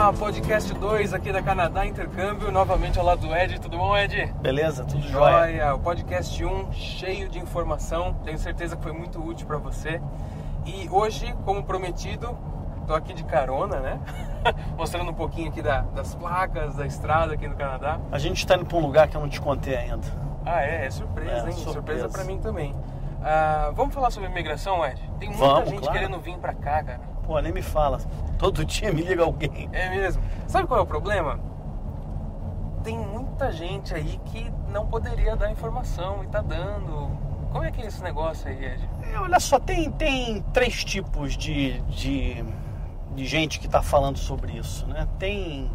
Olá, podcast 2 aqui da Canadá Intercâmbio, novamente ao lado do Ed. Tudo bom, Ed? Beleza, tudo jóia. O podcast 1 cheio de informação, tenho certeza que foi muito útil para você. E hoje, como prometido, tô aqui de carona, né? Mostrando um pouquinho aqui das placas, da estrada aqui no Canadá. A gente está indo para um lugar que eu não te contei ainda. Ah, é surpresa, hein? Surpresa para mim também. Vamos falar sobre imigração, Ed? Tem muita gente querendo vir para cá, cara. Pô, nem me fala. Todo dia me liga alguém. É mesmo. Sabe qual é o problema? Tem muita gente aí que não poderia dar informação e tá dando. Como é que é esse negócio aí, Ed? Olha só, tem três tipos de gente que está falando sobre isso, né? Tem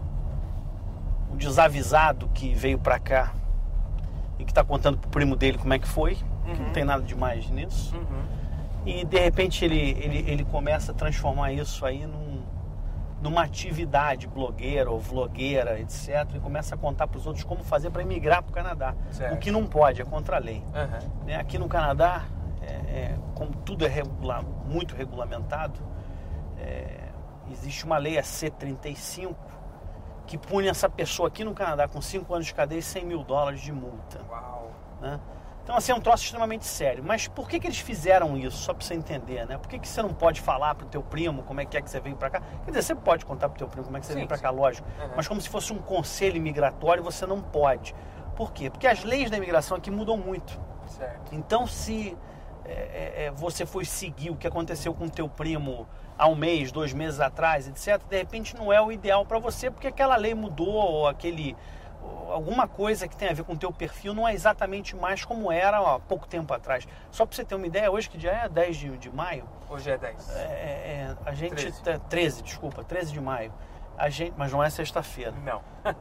o desavisado que veio para cá e que está contando pro primo dele como é que foi, que não tem nada demais nisso. E de repente ele começa a transformar isso aí numa atividade blogueira ou vlogueira, etc. E começa a contar para os outros como fazer para emigrar para o Canadá. Certo. O que não pode, é contra a lei. Né? Aqui no Canadá, como tudo é muito regulamentado, existe uma lei, a C-35, que pune essa pessoa aqui no Canadá com 5 anos de cadeia e $100 mil de multa. Uau! Né? Então, assim, é um troço extremamente sério. Mas por que eles fizeram isso? Só para você entender, né? Por que você não pode falar pro teu primo como é que você veio para cá? Quer dizer, você pode contar pro teu primo como é que você veio para cá, lógico. Mas como se fosse um conselho imigratório, você não pode. Por quê? Porque as leis da imigração aqui mudam muito. Certo. Então, se você foi seguir o que aconteceu com o teu primo há um mês, 2 meses atrás, etc., de repente não é o ideal para você, porque aquela lei mudou, ou alguma coisa que tem a ver com o teu perfil não é exatamente mais como era há pouco tempo atrás. Só para você ter uma ideia, hoje que dia é 10 de maio? Hoje é 10. A gente 13. 13 de maio. Mas não é sexta-feira. Não.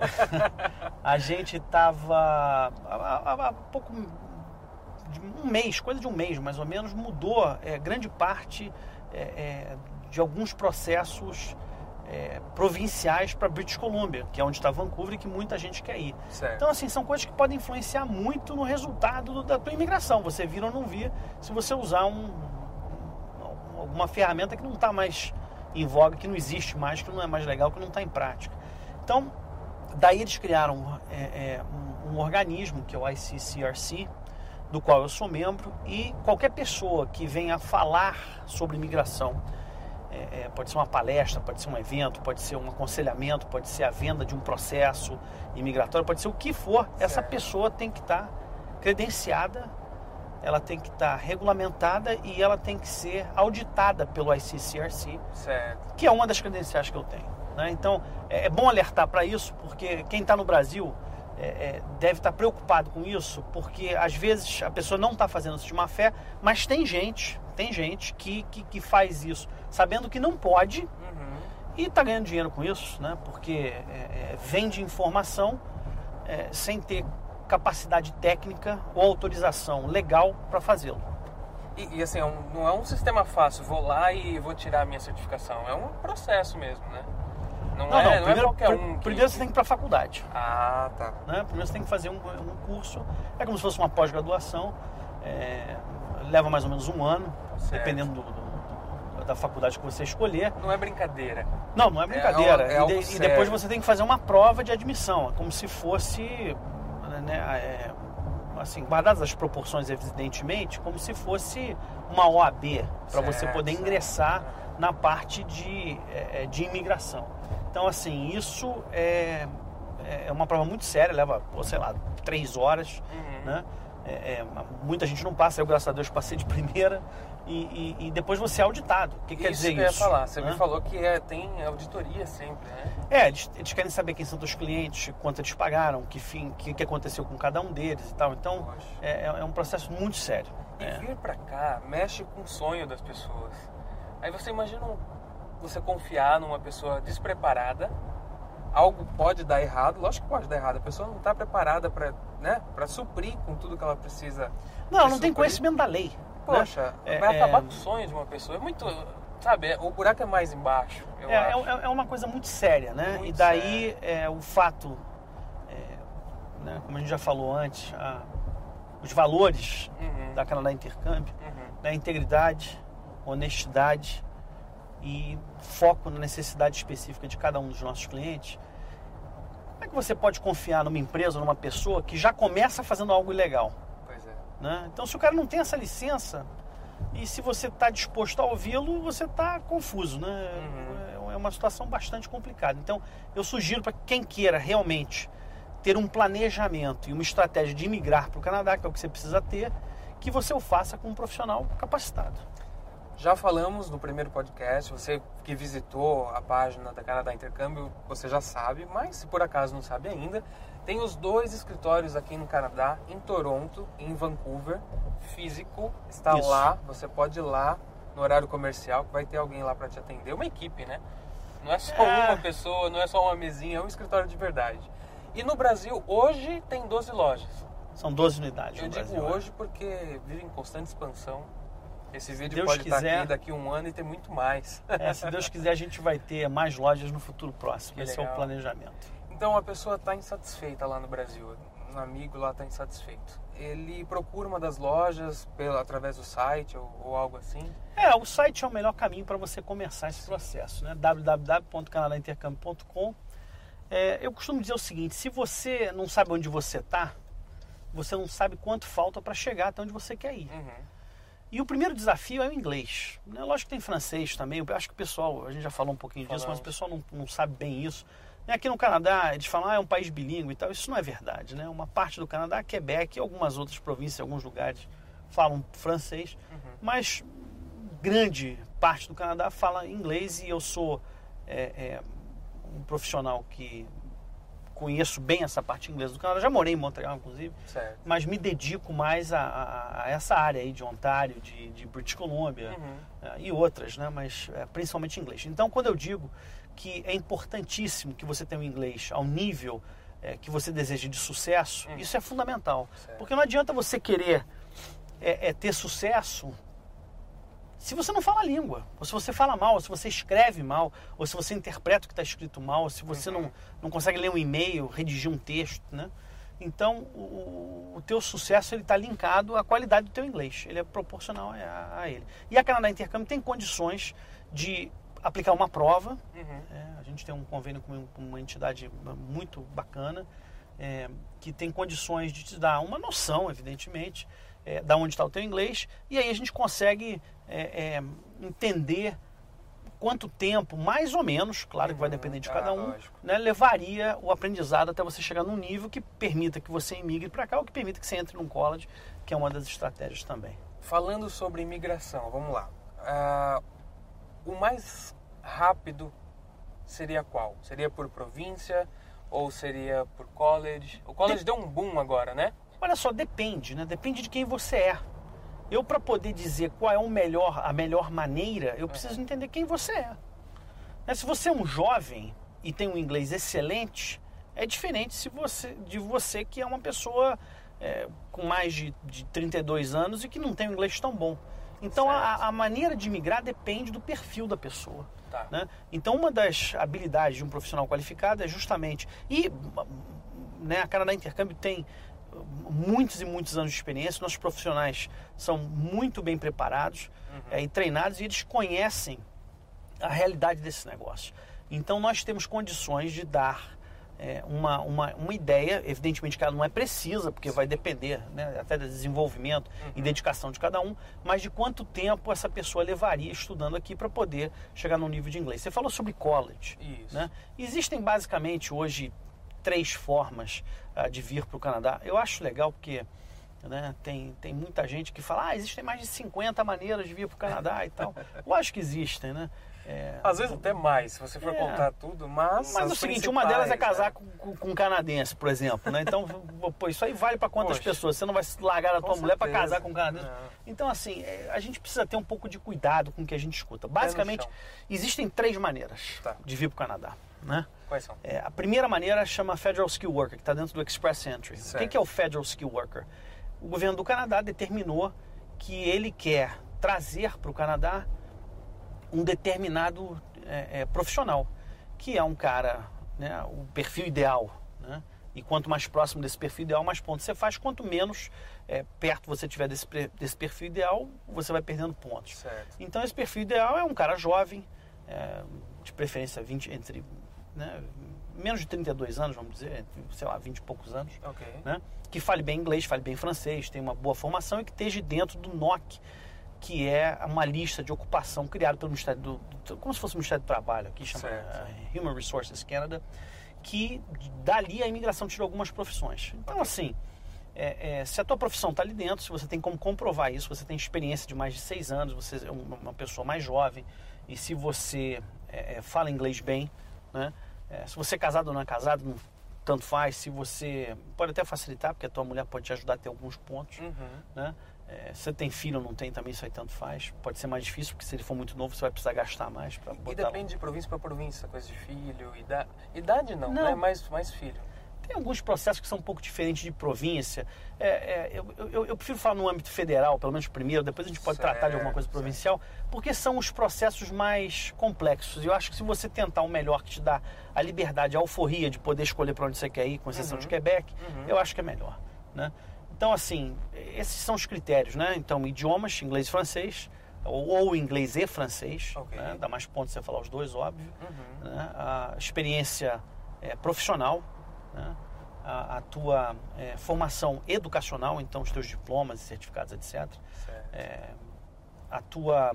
A gente estava há pouco de um mês, coisa de um mês mais ou menos, mudou grande parte de alguns processos provinciais para British Columbia, que é onde está Vancouver e que muita gente quer ir. Certo. Então, assim, são coisas que podem influenciar muito no resultado da tua imigração. Você vir ou não vir, se você usar alguma ferramenta que não está mais em voga, que não existe mais, que não é mais legal, que não está em prática. Então, daí eles criaram um organismo, que é o ICCRC, do qual eu sou membro, e qualquer pessoa que venha falar sobre imigração, pode ser uma palestra, pode ser um evento, pode ser um aconselhamento, pode ser a venda de um processo imigratório, pode ser o que for, essa pessoa tem que estar credenciada, ela tem que estar regulamentada e ela tem que ser auditada pelo ICCRC, certo, que é uma das credenciais que eu tenho. Né? Então, é bom alertar para isso, porque quem está no Brasil deve estar preocupado com isso, porque às vezes a pessoa não está fazendo isso de má fé, mas tem gente que faz isso sabendo que não pode e está ganhando dinheiro com isso, né? Porque vende informação sem ter capacidade técnica ou autorização legal para fazê-lo. E assim, não é um sistema fácil, vou lá e vou tirar a minha certificação, é um processo mesmo, né? Não é qualquer um. Primeiro você tem que ir para a faculdade. Ah, tá. Né? Primeiro você tem que fazer um curso, é como se fosse uma pós-graduação, leva mais ou menos 1 ano, dependendo da faculdade que você escolher. Não é brincadeira. Não é brincadeira. E depois você tem que fazer uma prova de admissão, é como se fosse, assim, guardadas as proporções evidentemente, como se fosse uma OAB, para você poder ingressar na parte de imigração. Então, assim, isso é uma prova muito séria, leva, 3 horas, né? Muita gente não passa, eu, graças a Deus, passei de primeira e depois você é auditado. O que quer dizer isso? Isso que eu ia falar, você me falou que tem auditoria sempre, né? Eles querem saber quem são os clientes, quanto eles pagaram, que aconteceu com cada um deles e tal. Então, é um processo muito sério. E vir pra cá mexe com o sonho das pessoas. Aí você imagina você confiar numa pessoa despreparada, algo pode dar errado, lógico que pode dar errado, a pessoa não está preparada para suprir com tudo que ela precisa. Não tem conhecimento da lei. Poxa, vai acabar com o sonho de uma pessoa, é muito, sabe, o buraco é mais embaixo, eu acho. É uma coisa muito séria, né? Muito e daí o fato, né, como a gente já falou antes, os valores da Canadá Intercâmbio, né, integridade, honestidade, e foco na necessidade específica de cada um dos nossos clientes, como é que você pode confiar numa empresa, numa pessoa que já começa fazendo algo ilegal? Pois é. Né? Então, se o cara não tem essa licença, e se você está disposto a ouvi-lo, você está confuso, né? É uma situação bastante complicada. Então, eu sugiro para quem queira realmente ter um planejamento e uma estratégia de imigrar para o Canadá, que é o que você precisa ter, que você o faça com um profissional capacitado. Já falamos no primeiro podcast, você que visitou a página da Canadá Intercâmbio, você já sabe, mas se por acaso não sabe ainda, tem os 2 escritórios aqui no Canadá, em Toronto e em Vancouver, físico, está Isso. lá, você pode ir lá no horário comercial, que vai ter alguém lá para te atender, uma equipe, né? Não é só uma pessoa, não é só uma mesinha, é um escritório de verdade. E no Brasil, hoje, tem 12 lojas. São 12 unidades Eu no digo Brasil. hoje porque vive em constante expansão. Esse vídeo Deus pode estar quiser, aqui daqui a um ano e ter muito mais. Se Deus quiser, a gente vai ter mais lojas no futuro próximo. Que Esse é o legal. planejamento. Então a pessoa está insatisfeita lá no Brasil. Um amigo lá está insatisfeito. Ele procura uma das lojas através do site ou algo assim. O site é o melhor caminho para você começar esse processo, né? www.canadaintercâmbio.com. Eu costumo dizer o seguinte: se você não sabe onde você está, você não sabe quanto falta para chegar até onde você quer ir. E o primeiro desafio é o inglês. Né? Lógico que tem francês também. Eu acho que o pessoal, a gente já falou um pouquinho disso, mas o pessoal não sabe bem isso. Aqui no Canadá, eles falam, é um país bilíngue e tal. Isso não é verdade, né? Uma parte do Canadá, Quebec e algumas outras províncias, alguns lugares falam francês. Mas grande parte do Canadá fala inglês, e eu sou um profissional que conheço bem essa parte inglesa do Canadá. Já morei em Montreal, inclusive. Certo. Mas me dedico mais a essa área aí de Ontário, de British Columbia e outras, né? Mas principalmente inglês. Então, quando eu digo que é importantíssimo que você tenha um inglês ao nível que você deseja de sucesso, isso é fundamental. Certo. Porque não adianta você querer ter sucesso se você não fala a língua, ou se você fala mal, ou se você escreve mal, ou se você interpreta o que está escrito mal, ou se você não consegue ler um e-mail, redigir um texto, né? Então, o teu sucesso está linkado à qualidade do teu inglês. Ele é proporcional a ele. E a Canadá Intercâmbio tem condições de aplicar uma prova. A gente tem um convênio com uma entidade muito bacana, que tem condições de te dar uma noção, evidentemente, da onde está o teu inglês, e aí a gente consegue entender quanto tempo, mais ou menos, claro que vai depender de cada um, né, levaria o aprendizado até você chegar num nível que permita que você imigre para cá, ou que permita que você entre num college, que é uma das estratégias também. Falando sobre imigração, vamos lá. O mais rápido seria qual? Seria por província ou seria por college? O college deu um boom agora, né? Olha só, depende, né? Depende de quem você é. Eu, para poder dizer qual é a melhor maneira, eu preciso entender quem você é. Se você é um jovem e tem um inglês excelente, é diferente de você que é uma pessoa com mais de 32 anos e que não tem um inglês tão bom. Então, a maneira de migrar depende do perfil da pessoa. Tá. Né? Então, uma das habilidades de um profissional qualificado é justamente... a Canadá Intercâmbio tem muitos e muitos anos de experiência. Nossos profissionais são muito bem preparados e treinados, e eles conhecem a realidade desse negócio. Então, nós temos condições de dar uma ideia. Evidentemente que ela não é precisa, porque vai depender, né, até do desenvolvimento e dedicação de cada um, mas de quanto tempo essa pessoa levaria estudando aqui para poder chegar no nível de inglês. Você falou sobre college. Isso. Né? Existem basicamente hoje 3 formas de vir para o Canadá. Eu acho legal porque, né, tem muita gente que fala, existem mais de 50 maneiras de vir para o Canadá e tal. Lógico que existem, né? Às vezes até mais, se você for contar tudo, mas é o seguinte, uma delas é casar com um canadense, por exemplo, né? Então, isso aí vale para quantas pessoas? Você não vai largar a tua mulher para casar com um canadense? Não. Então, assim, a gente precisa ter um pouco de cuidado com o que a gente escuta. Basicamente, existem 3 maneiras de vir para o Canadá, né? Quais são? A primeira maneira chama Federal Skill Worker, que está dentro do Express Entry. Certo. O que é o Federal Skill Worker? O governo do Canadá determinou que ele quer trazer para o Canadá um determinado profissional, que é um cara, né, o perfil ideal, né? E quanto mais próximo desse perfil ideal, mais pontos você faz. Quanto menos perto você tiver desse perfil ideal, você vai perdendo pontos. Certo. Então, esse perfil ideal é um cara jovem, de preferência 20, entre, né, menos de 32 anos, vamos dizer, sei lá, 20 e poucos anos, né, que fale bem inglês, fale bem francês, tenha uma boa formação e que esteja dentro do NOC, que é uma lista de ocupação criada pelo Ministério como se fosse o Ministério do Trabalho, aqui chama Human Resources Canada, que dali a imigração tirou algumas profissões. Então, assim, se a tua profissão está ali dentro, se você tem como comprovar isso, você tem experiência de mais de 6 anos, você é uma pessoa mais jovem, e se você fala inglês bem, né? Se você é casado ou não é casado, não, tanto faz. Se você pode até facilitar, porque a tua mulher pode te ajudar a ter alguns pontos, né? Se você tem filho ou não tem, também isso aí tanto faz. Pode ser mais difícil, porque se ele for muito novo, você vai precisar gastar mais para botar. E depende de província para província, coisa de filho, idade não, né? Mais filho. Tem alguns processos que são um pouco diferentes de província. Eu prefiro falar no âmbito federal, pelo menos primeiro, depois a gente pode tratar de alguma coisa provincial, porque são os processos mais complexos. Eu acho que se você tentar o melhor, que te dá a liberdade, a alforria de poder escolher para onde você quer ir, com exceção de Quebec, eu acho que é melhor, né? Então, assim, esses são os critérios, né? Então, idiomas, inglês e francês, ou inglês e francês, né? Dá mais pontos você falar os dois, óbvio. Né? A experiência profissional, né? A tua formação educacional, então os teus diplomas e certificados, etc. A tua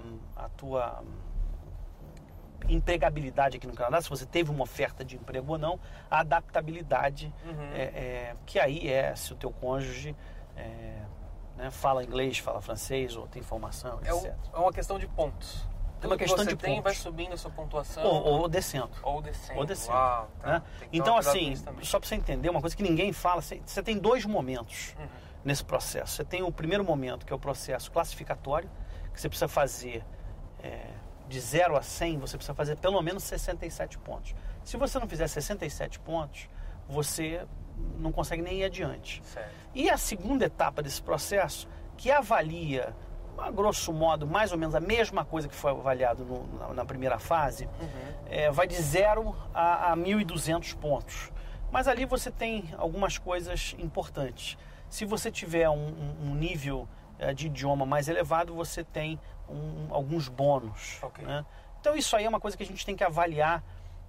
empregabilidade aqui no Canadá, se você teve uma oferta de emprego ou não, a adaptabilidade, que aí se o teu cônjuge né, fala inglês, fala francês ou tem formação, etc. É uma questão de pontos. É uma questão de pontos. Vai subindo a sua pontuação. Ou descendo. Ou descendo. Uau, tá. Né? Então, assim, só para você entender, uma coisa que ninguém fala, você tem 2 momentos nesse processo. Você tem o primeiro momento, que é o processo classificatório, que você precisa fazer de 0 a 100, você precisa fazer pelo menos 67 pontos. Se você não fizer 67 pontos, você não consegue nem ir adiante. Certo. E a segunda etapa desse processo, que avalia, a grosso modo, mais ou menos a mesma coisa que foi avaliado na primeira fase, vai de 0 a 1.200 pontos. Mas ali você tem algumas coisas importantes. Se você tiver um nível de idioma mais elevado, você tem alguns bônus. Né? Então isso aí é uma coisa que a gente tem que avaliar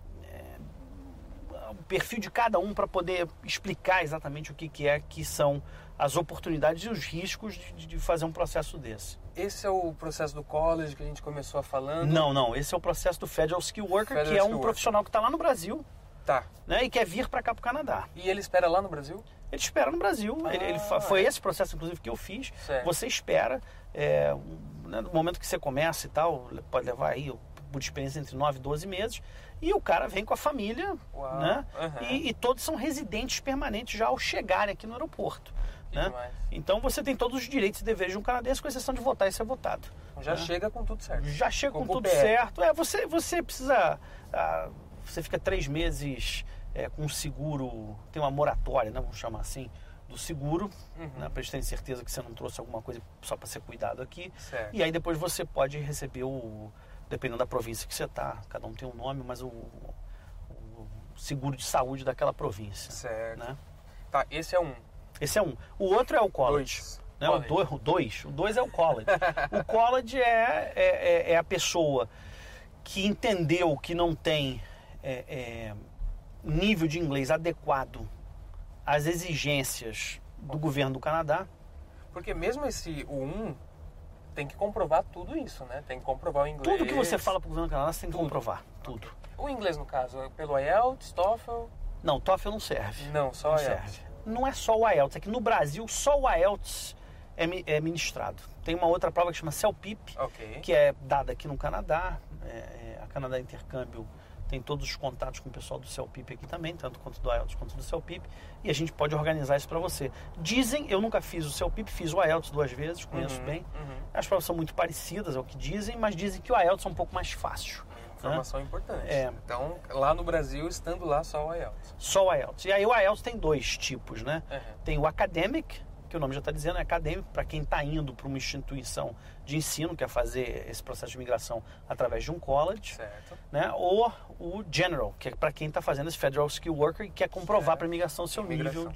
o perfil de cada um para poder explicar exatamente o que são as oportunidades e os riscos de fazer um processo desse. Esse é o processo do college que a gente começou falando? Não. Esse é o processo do Federal Skill Worker, que é um profissional que está lá no Brasil. Tá. Né, e quer vir para cá, para o Canadá. E ele espera lá no Brasil? Ele espera no Brasil. Foi esse processo, inclusive, que eu fiz. Certo. Você espera, né, no momento que você começa e tal, pode levar aí por experiência entre 9 e 12 meses, e o cara vem com a família, né? E todos são residentes permanentes já ao chegarem aqui no aeroporto. Né? Então você tem todos os direitos e deveres de um canadense, com exceção de votar e ser votado. Já chega com tudo certo. Já chega com tudo certo. Você precisa... você fica 3 meses com um seguro, tem uma moratória, né, vamos chamar assim, do seguro, né, para eles terem certeza que você não trouxe alguma coisa só para ser cuidado aqui. Certo. E aí depois você pode receber dependendo da província que você está, cada um tem um nome, mas o seguro de saúde daquela província. Certo. Né? Tá, esse é um. Esse é um. O outro é o college. Né? O 2 é o college. O college é a pessoa que entendeu que não tem nível de inglês adequado às exigências do governo do Canadá. Porque mesmo o 1 tem que comprovar tudo isso, né? Tem que comprovar o inglês. Tudo que você fala para o governo do Canadá, você tem que comprovar. Tudo. O inglês, no caso, é pelo IELTS, TOEFL? Não, TOEFL não serve. Não, só o IELTS. Não é só o IELTS, é que no Brasil só o IELTS é ministrado. Tem uma outra prova que chama CELPIP, que é dada aqui no Canadá. A Canadá Intercâmbio tem todos os contatos com o pessoal do CELPIP aqui também, tanto quanto do IELTS quanto do CELPIP, e a gente pode organizar isso para você. Dizem, eu nunca fiz o CELPIP, fiz o IELTS 2 vezes, conheço bem. As provas são muito parecidas ao que dizem, mas dizem que o IELTS é um pouco mais fácil. Informação importante. Então, lá no Brasil, estando lá, só o IELTS. Só o IELTS. E aí o IELTS tem 2 tipos, né? Tem o Academic, que o nome já está dizendo, é acadêmico, para quem está indo para uma instituição de ensino, quer fazer esse processo de imigração através de um college, Certo. né? Ou o general, que é para quem está fazendo esse Federal Skill Worker e quer comprovar para a imigração o seu nível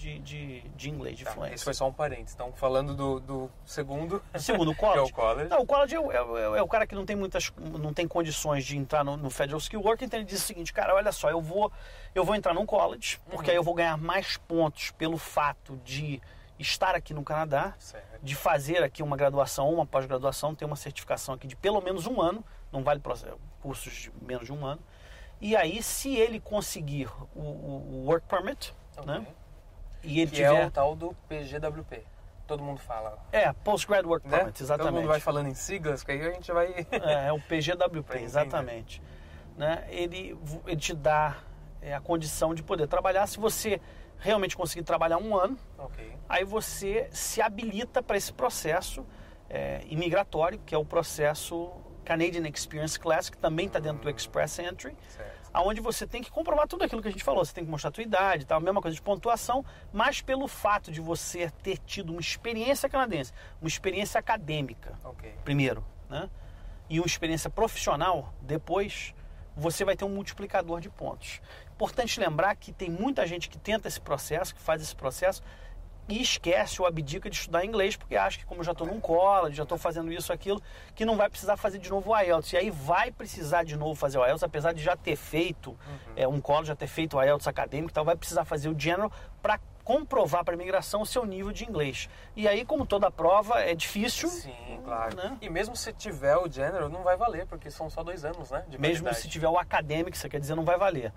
de inglês, de fluência. Esse foi só um parênteses. Então, falando do segundo... Segundo, o college. Que é o college. Não, o college é o cara que não tem condições de entrar no Federal Skill Worker, então ele diz o seguinte, cara, olha só, eu vou entrar num college, porque aí eu vou ganhar mais pontos pelo fato de estar aqui no Canadá, Certo. de fazer aqui uma graduação ou uma pós-graduação, ter uma certificação aqui de pelo menos um ano, não vale cursos de menos de um ano, e aí se ele conseguir o Work Permit, né, e ele que tiver... é o tal do PGWP. Todo mundo fala. Postgrad Work Né? Permit, exatamente. Todo mundo vai falando em siglas, que aí a gente vai... É o PGWP, exatamente. Né? Ele te dá a condição de poder trabalhar. Se você realmente conseguir trabalhar um ano, aí você se habilita para esse processo imigratório, que é o processo Canadian Experience Class, que também está dentro do Express Entry, onde você tem que comprovar tudo aquilo que a gente falou. Você tem que mostrar a tua idade, tal, a mesma coisa de pontuação, mas pelo fato de você ter tido uma experiência canadense, uma experiência acadêmica, primeiro, né? E uma experiência profissional, depois, você vai ter um multiplicador de pontos. Importante lembrar que tem muita gente que tenta esse processo, que faz esse processo, e esquece ou abdica de estudar inglês, porque acha que como eu já estou num college, já estou fazendo isso, aquilo, que não vai precisar fazer de novo o IELTS. E aí vai precisar de novo fazer o IELTS, apesar de já ter feito um college, já ter feito o IELTS acadêmico e tal, vai precisar fazer o General para comprovar para a imigração o seu nível de inglês. E aí, como toda prova, é difícil. Sim, claro. Né? E mesmo se tiver o General, não vai valer, porque são só 2 anos, né? De mesmo se tiver o acadêmico, você quer dizer, não vai valer.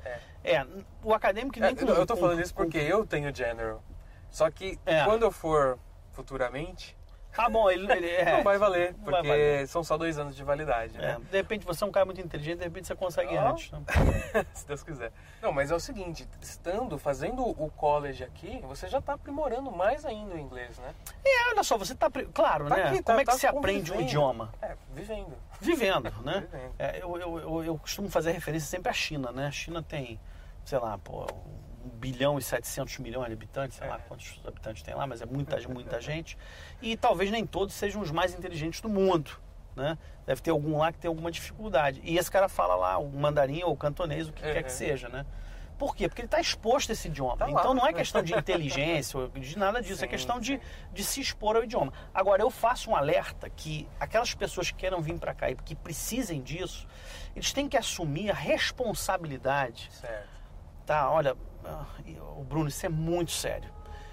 O acadêmico nem eu tô falando isso porque eu tenho General. Só que quando eu for futuramente... bom, ele não vai valer, porque são só 2 anos de validade, né? De repente você é um cara muito inteligente, de repente você consegue antes. Né? Se Deus quiser. Não, mas é o seguinte, fazendo o college aqui, você já está aprimorando mais ainda o inglês, né? Olha só, você está... Claro, né? Aqui, como é que se aprende um idioma? Vivendo. Vivendo, né? Eu costumo fazer referência sempre à China, né? A China tem, sei lá, 1 bilhão e 700 milhões de habitantes, sei lá quantos habitantes tem lá, mas é muita gente. E talvez nem todos sejam os mais inteligentes do mundo, né? Deve ter algum lá que tem alguma dificuldade. E esse cara fala lá o mandarim ou o cantonês, o que quer que seja, né? Por quê? Porque ele está exposto a esse idioma. Então não é questão de inteligência ou de nada disso, é questão de se expor ao idioma. Agora, eu faço um alerta que aquelas pessoas que queiram vir para cá e que precisem disso, eles têm que assumir a responsabilidade. Certo. Tá, olha, o Bruno, isso é muito sério.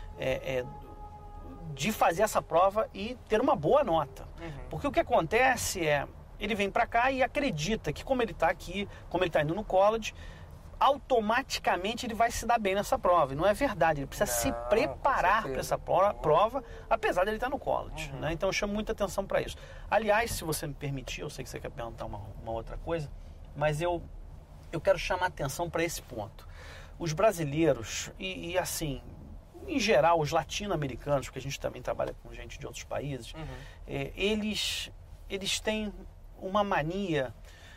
De fazer essa prova e ter uma boa nota. Porque o que acontece é, ele vem para cá e acredita que como ele está aqui, como ele está indo no college, automaticamente ele vai se dar bem nessa prova. E não é verdade, ele precisa se preparar para essa prova, apesar de ele estar no college. Né? Então eu chamo muita atenção para isso. Aliás, se você me permitir, eu sei que você quer perguntar uma outra coisa, mas eu quero chamar atenção para esse ponto. Os brasileiros, e assim, em geral, os latino-americanos, porque a gente também trabalha com gente de outros países, eles têm uma mania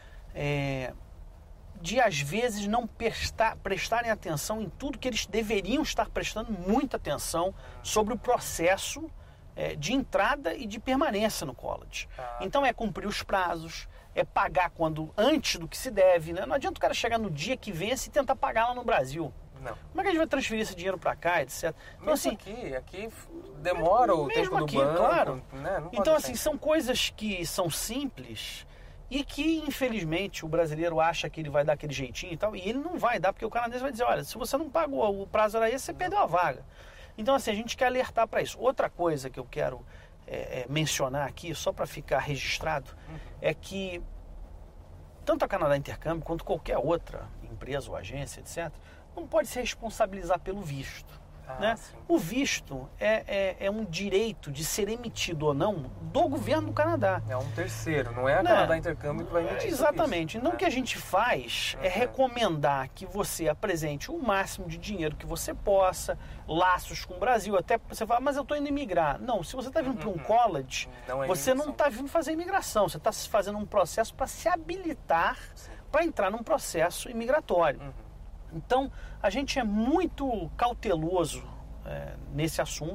de, às vezes, não prestarem atenção em tudo que eles deveriam estar prestando muita atenção sobre o processo de entrada e de permanência no college. Então é cumprir os prazos, é pagar antes do que se deve, né? Não adianta o cara chegar no dia que vence e tentar pagar lá no Brasil. Não. Como é que a gente vai transferir esse dinheiro para cá, etc. Então, assim, aqui demora o tempo do banco. Claro. Né? Então, assim, são coisas que são simples e que, infelizmente, o brasileiro acha que ele vai dar aquele jeitinho e tal, e ele não vai dar, porque o canadense vai dizer, olha, se você não pagou, o prazo era esse, você perdeu a vaga. Então, assim, a gente quer alertar para isso. Outra coisa que eu quero mencionar aqui, só para ficar registrado, é que tanto a Canadá Intercâmbio quanto qualquer outra empresa ou agência, etc., não pode se responsabilizar pelo visto. Né? O visto é um direito de ser emitido ou não do governo do Canadá. É um terceiro, não é a Canadá Intercâmbio que vai emitir. Exatamente. Então o que a gente faz é recomendar que você apresente o máximo de dinheiro que você possa, laços com o Brasil, até você fala, mas eu estou indo imigrar. Não, se você está vindo para um college, você não está vindo fazer imigração, você está fazendo um processo para se habilitar para entrar num processo imigratório. Então, a gente é muito cauteloso nesse assunto.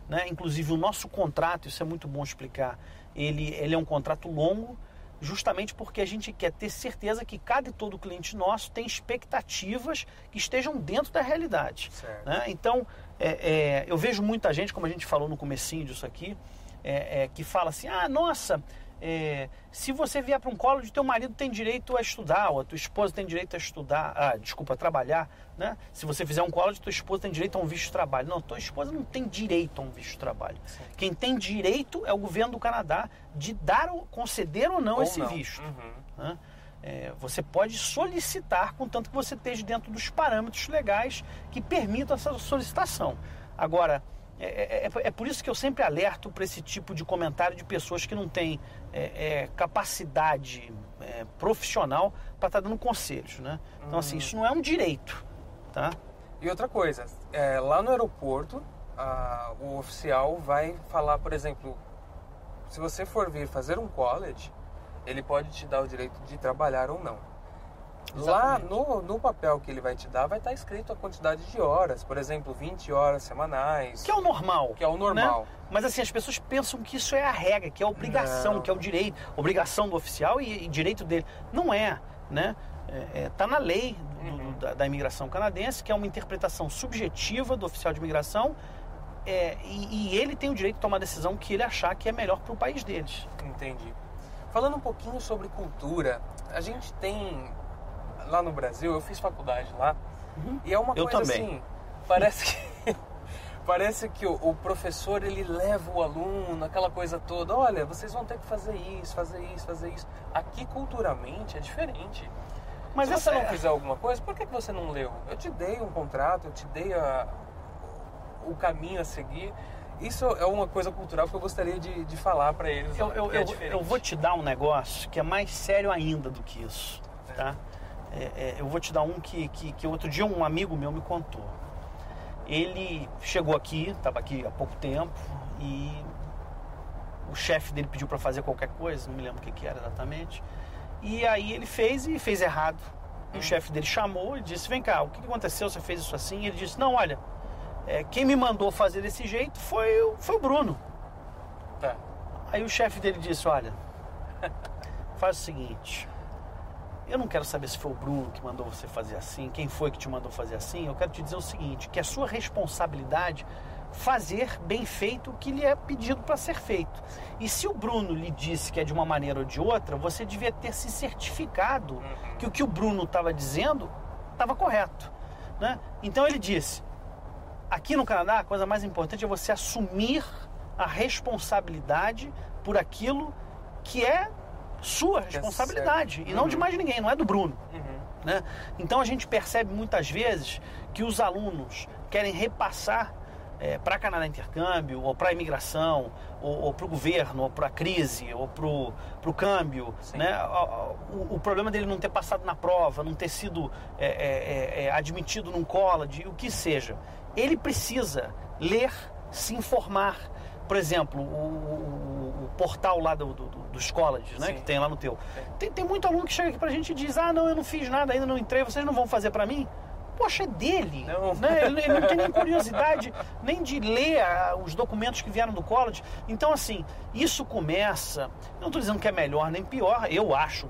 né? Inclusive o nosso contrato, isso é muito bom explicar, ele é um contrato longo, justamente porque a gente quer ter certeza que cada e todo cliente nosso tem expectativas que estejam dentro da realidade. Né? Então, eu vejo muita gente, como a gente falou no comecinho disso aqui, que fala assim, nossa, se você vier para um college, teu marido tem direito a estudar, ou a tua esposa tem direito a estudar, a trabalhar, né? Se você fizer um college, tua esposa tem direito a um visto de trabalho. Não, tua esposa não tem direito a um visto de trabalho. Sim. Quem tem direito é o governo do Canadá de conceder ou não esse visto. Né? Você pode solicitar, contanto que você esteja dentro dos parâmetros legais que permitam essa solicitação. Agora, é por isso que eu sempre alerto para esse tipo de comentário de pessoas que não têm capacidade profissional para estar dando conselhos, né? Então, assim, isso não é um direito, tá? E outra coisa, lá no aeroporto, o oficial vai falar, por exemplo, se você for vir fazer um college, ele pode te dar o direito de trabalhar ou não. Exatamente. Lá no papel que ele vai te dar, vai estar escrito a quantidade de horas, por exemplo, 20 horas semanais. Que é o normal. Que é o normal. Né? Mas assim, as pessoas pensam que isso é a regra, que é a obrigação, que é o direito, obrigação do oficial e direito dele. Não é, né? Tá na lei da imigração canadense, que é uma interpretação subjetiva do oficial de imigração, e ele tem o direito de tomar a decisão que ele achar que é melhor para o país deles. Entendi. Falando um pouquinho sobre cultura, a gente tem... Lá no Brasil, eu fiz faculdade lá, e é uma coisa assim, parece que o professor, ele leva o aluno, aquela coisa toda, olha, vocês vão ter que fazer isso, fazer isso, fazer isso. Aqui, culturalmente, é diferente. Mas se você não fizer alguma coisa, por que você não leu? Eu te dei um contrato, eu te dei o caminho a seguir. Isso é uma coisa cultural que eu gostaria de falar para eles. Eu vou te dar um negócio que é mais sério ainda do que isso, tá? Eu vou te dar um que outro dia um amigo meu me contou. Ele chegou aqui, estava aqui há pouco tempo, e o chefe dele pediu para fazer qualquer coisa, não me lembro o que era exatamente, e aí ele fez errado. E o chefe dele chamou e disse, vem cá, o que aconteceu, você fez isso assim? E ele disse, não, olha, quem me mandou fazer desse jeito foi o Bruno. Tá. Aí o chefe dele disse, olha, faz o seguinte... Eu não quero saber se foi o Bruno que mandou você fazer assim, quem foi que te mandou fazer assim. Eu quero te dizer o seguinte, que é sua responsabilidade fazer bem feito o que lhe é pedido para ser feito. E se o Bruno lhe disse que é de uma maneira ou de outra, você devia ter se certificado que o que o Bruno estava dizendo estava correto, né? Então ele disse, aqui no Canadá a coisa mais importante é você assumir a responsabilidade por aquilo que é sua responsabilidade e não de mais ninguém, não é do Bruno. Né? Então a gente percebe muitas vezes que os alunos querem repassar para Canadá Intercâmbio, ou para a imigração, ou para o governo, ou para a crise, ou para o câmbio, né? O problema dele não ter passado na prova, não ter sido admitido num college, o que seja. Ele precisa ler, se informar. Por exemplo, o portal lá dos colleges, né, que tem lá no teu. Tem muito aluno que chega aqui pra gente e diz, não, eu não fiz nada, ainda não entrei, vocês não vão fazer pra mim? Poxa, é dele. Né? Ele não tem nem curiosidade nem de ler os documentos que vieram do college. Então, assim, isso começa... Eu não estou dizendo que é melhor nem pior, eu acho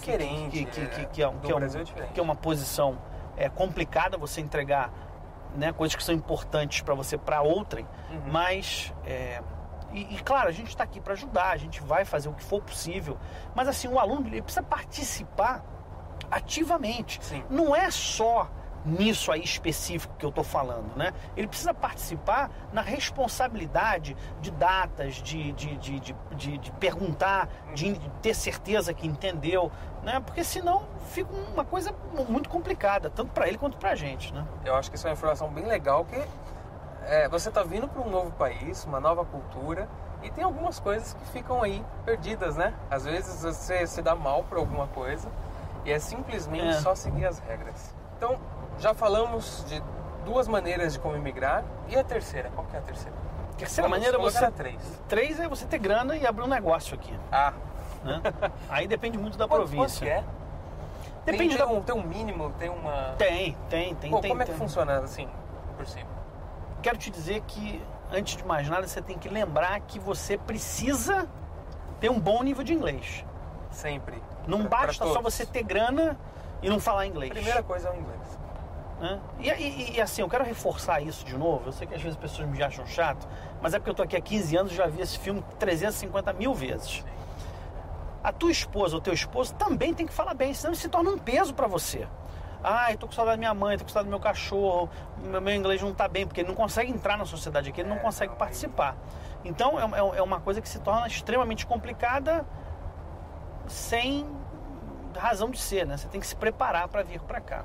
que é uma posição complicada você entregar, né, coisas que são importantes para você, para outrem, mas claro, a gente está aqui para ajudar, a gente vai fazer o que for possível, mas assim, o aluno ele precisa participar ativamente. Não é só nisso aí específico que eu estou falando, né? Ele precisa participar na responsabilidade de datas, de perguntar, de ter certeza que entendeu, né? Porque senão fica uma coisa muito complicada, tanto para ele quanto para a gente, né? Eu acho que isso é uma informação bem legal, que você está vindo para um novo país, uma nova cultura, e tem algumas coisas que ficam aí perdidas, né? Às vezes você se dá mal por alguma coisa e é simplesmente só seguir as regras. Então, já falamos de 2 maneiras de como imigrar. E a terceira? Qual que é a terceira? Terceira maneira você... 3. 3 é você ter grana e abrir um negócio aqui. Né? Aí depende muito da província. Quanto que é? Depende tem um mínimo, tem uma... Tem. Como é que funciona assim, por cima? Quero te dizer que antes de mais nada, você tem que lembrar que você precisa ter um bom nível de inglês. Sempre. Não basta só você ter grana e não falar inglês. A primeira coisa é o inglês. E assim, eu quero reforçar isso de novo. Eu sei que às vezes as pessoas me acham chato, mas é porque eu tô aqui há 15 anos e já vi esse filme 350 mil vezes. A tua esposa ou teu esposo também tem que falar bem, senão ele se torna um peso pra você. Eu tô com saudade da minha mãe, tô com saudade do meu cachorro, meu inglês não tá bem, porque ele não consegue entrar na sociedade aqui, ele não consegue participar. Então é uma coisa que se torna extremamente complicada sem razão de ser, né? Você tem que se preparar para vir para cá.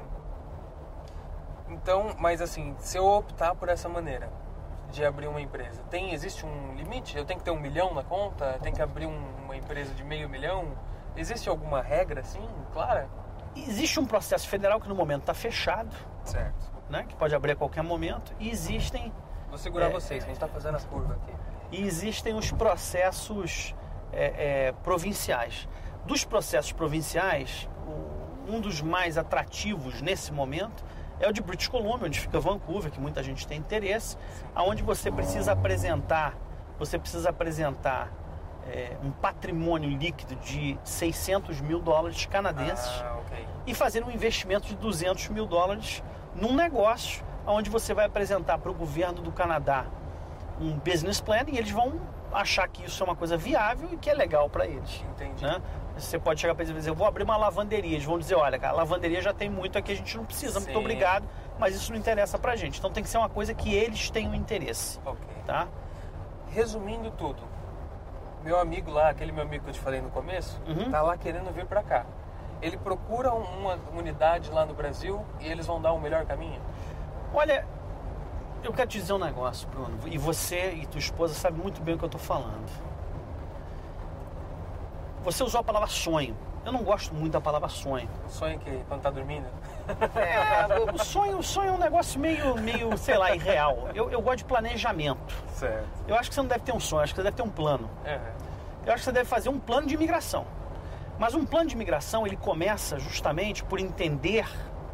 Então, mas assim, se eu optar por essa maneira de abrir uma empresa, existe um limite? Eu tenho que ter 1 milhão na conta? Tem que abrir uma empresa de $500 mil? Existe alguma regra assim, clara? Existe um processo federal que no momento está fechado, certo, né? Que pode abrir a qualquer momento. E existem... Vou segurar vocês, que a gente está fazendo a curva aqui. E existem os processos provinciais. Dos processos provinciais, um dos mais atrativos nesse momento é o de British Columbia, onde fica Vancouver, que muita gente tem interesse, aonde você precisa apresentar um patrimônio líquido de $600 mil canadenses e fazer um investimento de $200 mil num negócio onde você vai apresentar para o governo do Canadá um business plan e eles vão achar que isso é uma coisa viável e que é legal para eles. Entendi. Né? Você pode chegar para eles e dizer, eu vou abrir uma lavanderia. Eles vão dizer, olha, cara, a lavanderia já tem muito aqui, a gente não precisa, muito obrigado, mas isso não interessa pra gente. Então tem que ser uma coisa que eles tenham interesse. Tá? Resumindo tudo, meu amigo lá, aquele meu amigo que eu te falei no começo, tá lá querendo vir pra cá. Ele procura uma unidade lá no Brasil e eles vão dar o melhor caminho? Olha, eu quero te dizer um negócio, Bruno, e você e tua esposa sabem muito bem o que eu tô falando. Você usou a palavra sonho. Eu não gosto muito da palavra sonho. Sonho que quando tá dormindo? O sonho é um negócio meio, sei lá, irreal. Eu gosto de planejamento. Certo. Eu acho que você não deve ter um sonho, acho que você deve ter um plano. Eu acho que você deve fazer um plano de imigração. Mas um plano de imigração, ele começa justamente por entender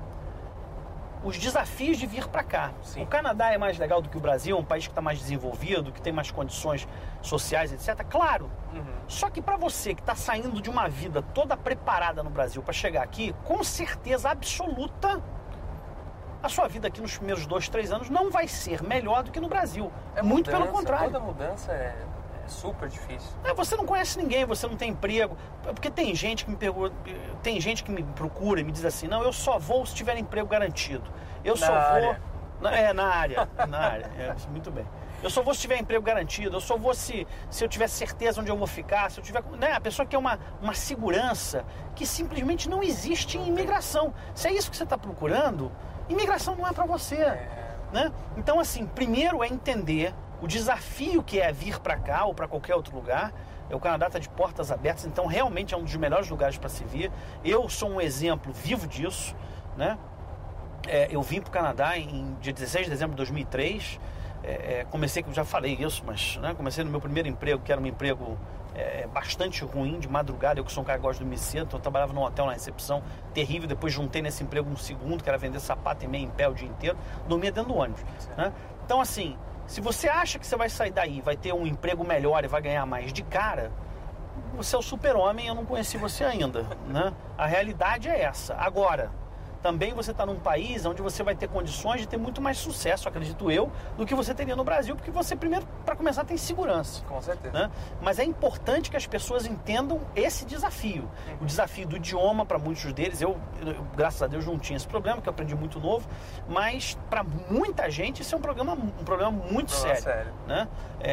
os desafios de vir para cá. Sim. O Canadá é mais legal do que o Brasil, é um país que está mais desenvolvido, que tem mais condições sociais, etc. Claro. Só que para você que está saindo de uma vida toda preparada no Brasil para chegar aqui, com certeza absoluta, a sua vida aqui nos primeiros 2, 3 anos não vai ser melhor do que no Brasil. Muito pelo contrário. Toda mudança é super difícil. Você não conhece ninguém, você não tem emprego. Porque tem gente que me pergunta, tem gente que me procura e me diz assim, não, eu só vou se tiver emprego garantido. Eu só vou... Na área. Muito bem. Eu só vou se tiver emprego garantido, eu só vou se eu tiver certeza onde eu vou ficar, se eu tiver... Né? A pessoa quer uma segurança que simplesmente não existe em imigração. Se é isso que você está procurando, imigração não é para você. Né? Então, assim, primeiro é entender o desafio que é vir para cá ou para qualquer outro lugar. O Canadá está de portas abertas, então realmente é um dos melhores lugares para se vir. Eu sou um exemplo vivo disso, né? Eu vim para o Canadá em dia 16 de dezembro de 2003. Comecei, já falei isso, mas comecei no meu primeiro emprego, que era um emprego bastante ruim, de madrugada. Eu que sou um cara que gosta de dormir cedo, então eu trabalhava num hotel na recepção, terrível. Depois juntei nesse emprego um segundo, que era vender sapato e meia em pé o dia inteiro. Dormia dentro do ônibus, né? Então, assim, se você acha que você vai sair daí, vai ter um emprego melhor e vai ganhar mais de cara, você é o super-homem, eu não conheci você ainda, né? A realidade é essa. Agora, também você está num país onde você vai ter condições de ter muito mais sucesso, acredito eu, do que você teria no Brasil, porque você, primeiro, para começar, tem segurança. Com certeza. Né? Mas é importante que as pessoas entendam esse desafio. O desafio do idioma, para muitos deles, eu, graças a Deus, não tinha esse problema, que eu aprendi muito novo, mas para muita gente isso é um problema muito sério. Né?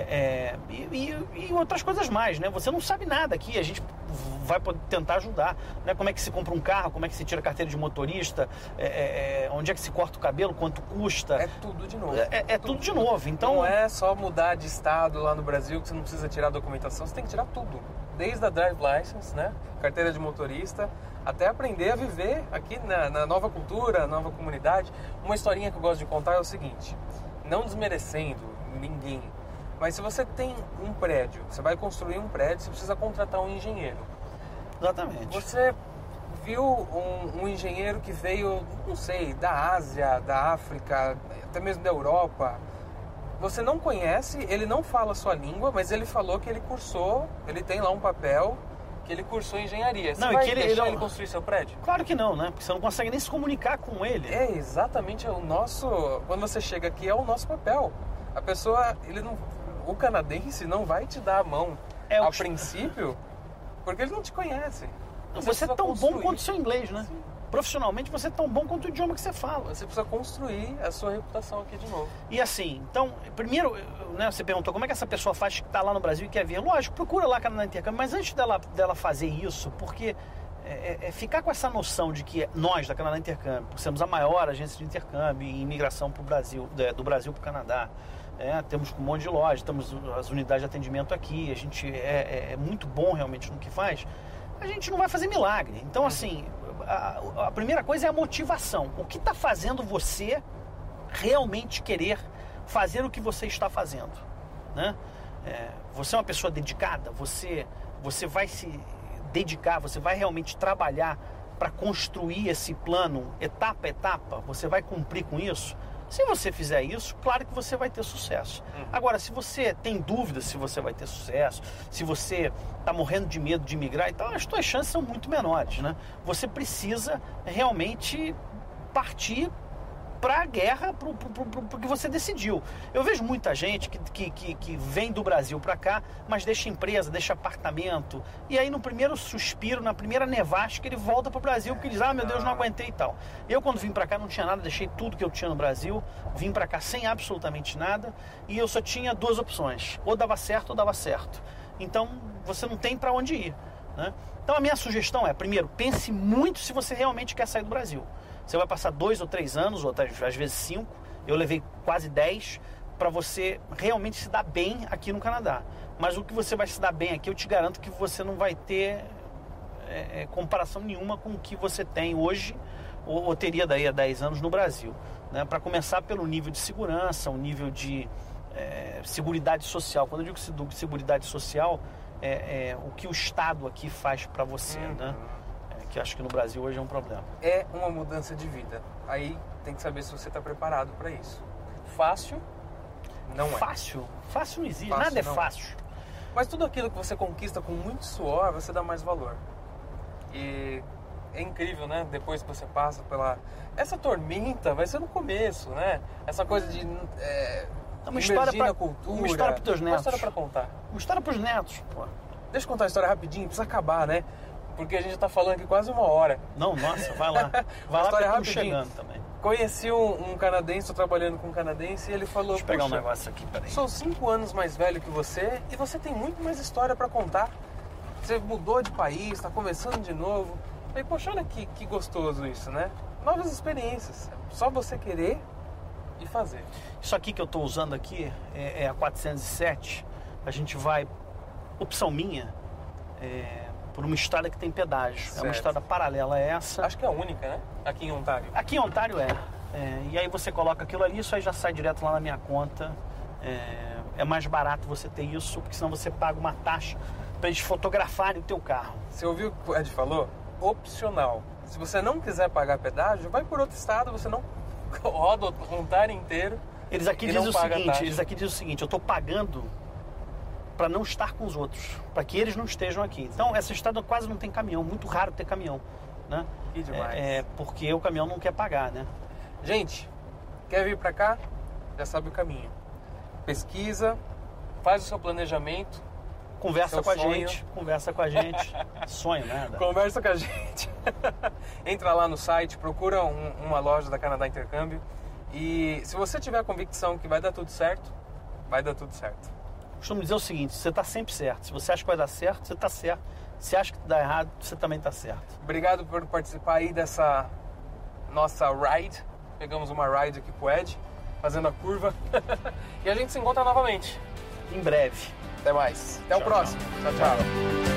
E outras coisas mais, né? Você não sabe nada aqui, a gente vai poder tentar ajudar, né? Como é que se compra um carro, como é que se tira a carteira de motorista, onde é que se corta o cabelo, quanto custa. É tudo de novo. Tudo de novo. Então, não é só mudar de estado lá no Brasil que você não precisa tirar a documentação, você tem que tirar tudo. Desde a drive license, né? Carteira de motorista, até aprender a viver aqui na nova cultura, nova comunidade. Uma historinha que eu gosto de contar é o seguinte, não desmerecendo ninguém, mas se você tem um prédio, você vai construir um prédio, você precisa contratar um engenheiro. Exatamente. Você viu um engenheiro que veio, não sei, da Ásia, da África, até mesmo da Europa. você não conhece, ele não fala a sua língua, mas ele falou que ele cursou, ele tem lá um papel que ele cursou engenharia. Você vai deixar ele construir seu prédio? Claro que não, né? Porque você não consegue nem se comunicar com ele. É exatamente o nosso... Quando você chega aqui, é o nosso papel. A pessoa, o canadense não vai te dar a mão a princípio, porque ele não te conhece. Você é tão bom quanto o seu inglês, né? Sim. Profissionalmente, você é tão bom quanto o idioma que você fala. Você precisa construir a sua reputação aqui de novo. E assim, então, primeiro, né, você perguntou como é que essa pessoa faz que está lá no Brasil e quer vir. Lógico, procura lá Canadá Intercâmbio, mas antes dela fazer isso, porque ficar com essa noção de que nós, da Canadá Intercâmbio, somos a maior agência de intercâmbio e imigração para o Brasil, do Brasil para o Canadá, temos um monte de loja, temos as unidades de atendimento aqui, a gente é muito bom realmente no que faz, a gente não vai fazer milagre. Então, assim, a primeira coisa é a motivação. O que está fazendo você realmente querer fazer o que você está fazendo, né? Você é uma pessoa dedicada, você vai se dedicar, você vai realmente trabalhar para construir esse plano etapa a etapa, você vai cumprir com isso. Se você fizer isso, claro que você vai ter sucesso. Agora, se você tem dúvidas se você vai ter sucesso, se você está morrendo de medo de imigrar, então as suas chances são muito menores, né? Você precisa realmente partir para a guerra, para o que você decidiu. Eu vejo muita gente que vem do Brasil para cá, mas deixa empresa, deixa apartamento, e aí no primeiro suspiro, na primeira nevasca, ele volta para o Brasil, porque diz, meu Deus, não aguentei e tal. Eu, quando vim para cá, não tinha nada, deixei tudo que eu tinha no Brasil, vim para cá sem absolutamente nada, e eu só tinha duas opções, ou dava certo ou dava certo. Então, você não tem para onde ir, né? Então, a minha sugestão é, primeiro, pense muito se você realmente quer sair do Brasil. Você vai passar 2 ou 3 anos, ou às vezes 5, eu levei quase 10, para você realmente se dar bem aqui no Canadá. Mas o que você vai se dar bem aqui, eu te garanto que você não vai ter comparação nenhuma com o que você tem hoje, ou teria daí a 10 anos no Brasil, né? Para começar pelo nível de segurança, o nível de seguridade social. Quando eu digo seguridade social, o que o Estado aqui faz para você, né? Que acho que no Brasil hoje é um problema. É uma mudança de vida. Aí tem que saber se você está preparado para isso. Fácil? Não é. Fácil não existe. Nada é fácil. Mas tudo aquilo que você conquista com muito suor, você dá mais valor. E é incrível, né? Depois que você passa pela... Essa tormenta vai ser no começo, né? Essa coisa de... uma história na cultura. Uma história para os teus netos. Uma história para contar. Uma história para os netos, pô. Deixa eu contar a história rapidinho, precisa acabar, né? Porque a gente já tá falando aqui quase 1 hora. Não, nossa, vai lá. Vai lá que eu tô chegando também. Conheci um canadense, tô trabalhando com um canadense, e ele falou... Deixa eu pegar um negócio aqui, peraí. Sou 5 anos mais velho que você e você tem muito mais história para contar. Você mudou de país, tá começando de novo. Eu falei, poxa, olha que gostoso isso, né? Novas experiências. Só você querer e fazer. Isso aqui que eu tô usando aqui é a 407. A gente vai... Opção minha... por uma estrada que tem pedágio. Certo. É uma estrada paralela a essa. Acho que é a única, né? Aqui em Ontário. Aqui em Ontário e aí você coloca aquilo ali, isso aí já sai direto lá na minha conta. É mais barato você ter isso, porque senão você paga uma taxa para eles fotografarem o teu carro. Você ouviu o que o Ed falou? Opcional. Se você não quiser pagar pedágio, vai por outro estado, você não roda o Ontário inteiro. Eles aqui dizem o seguinte, eu estou pagando para não estar com os outros, para que eles não estejam aqui. Então, essa estrada quase não tem caminhão, muito raro ter caminhão, né? Que demais. Porque o caminhão não quer pagar, né? Gente, quer vir para cá? Já sabe o caminho. Pesquisa, faz o seu planejamento. Conversa com a gente. Sonho, nada. Conversa com a gente. Entra lá no site, procura uma loja da Canadá Intercâmbio. E se você tiver a convicção que vai dar tudo certo, vai dar tudo certo. Costumo dizer o seguinte, você está sempre certo. Se você acha que vai dar certo, você está certo. Se acha que dá errado, você também está certo. Obrigado por participar aí dessa nossa ride. Pegamos uma ride aqui com o Ed, fazendo a curva. E a gente se encontra novamente. Em breve. Até mais. Até o próximo. Tchau, tchau.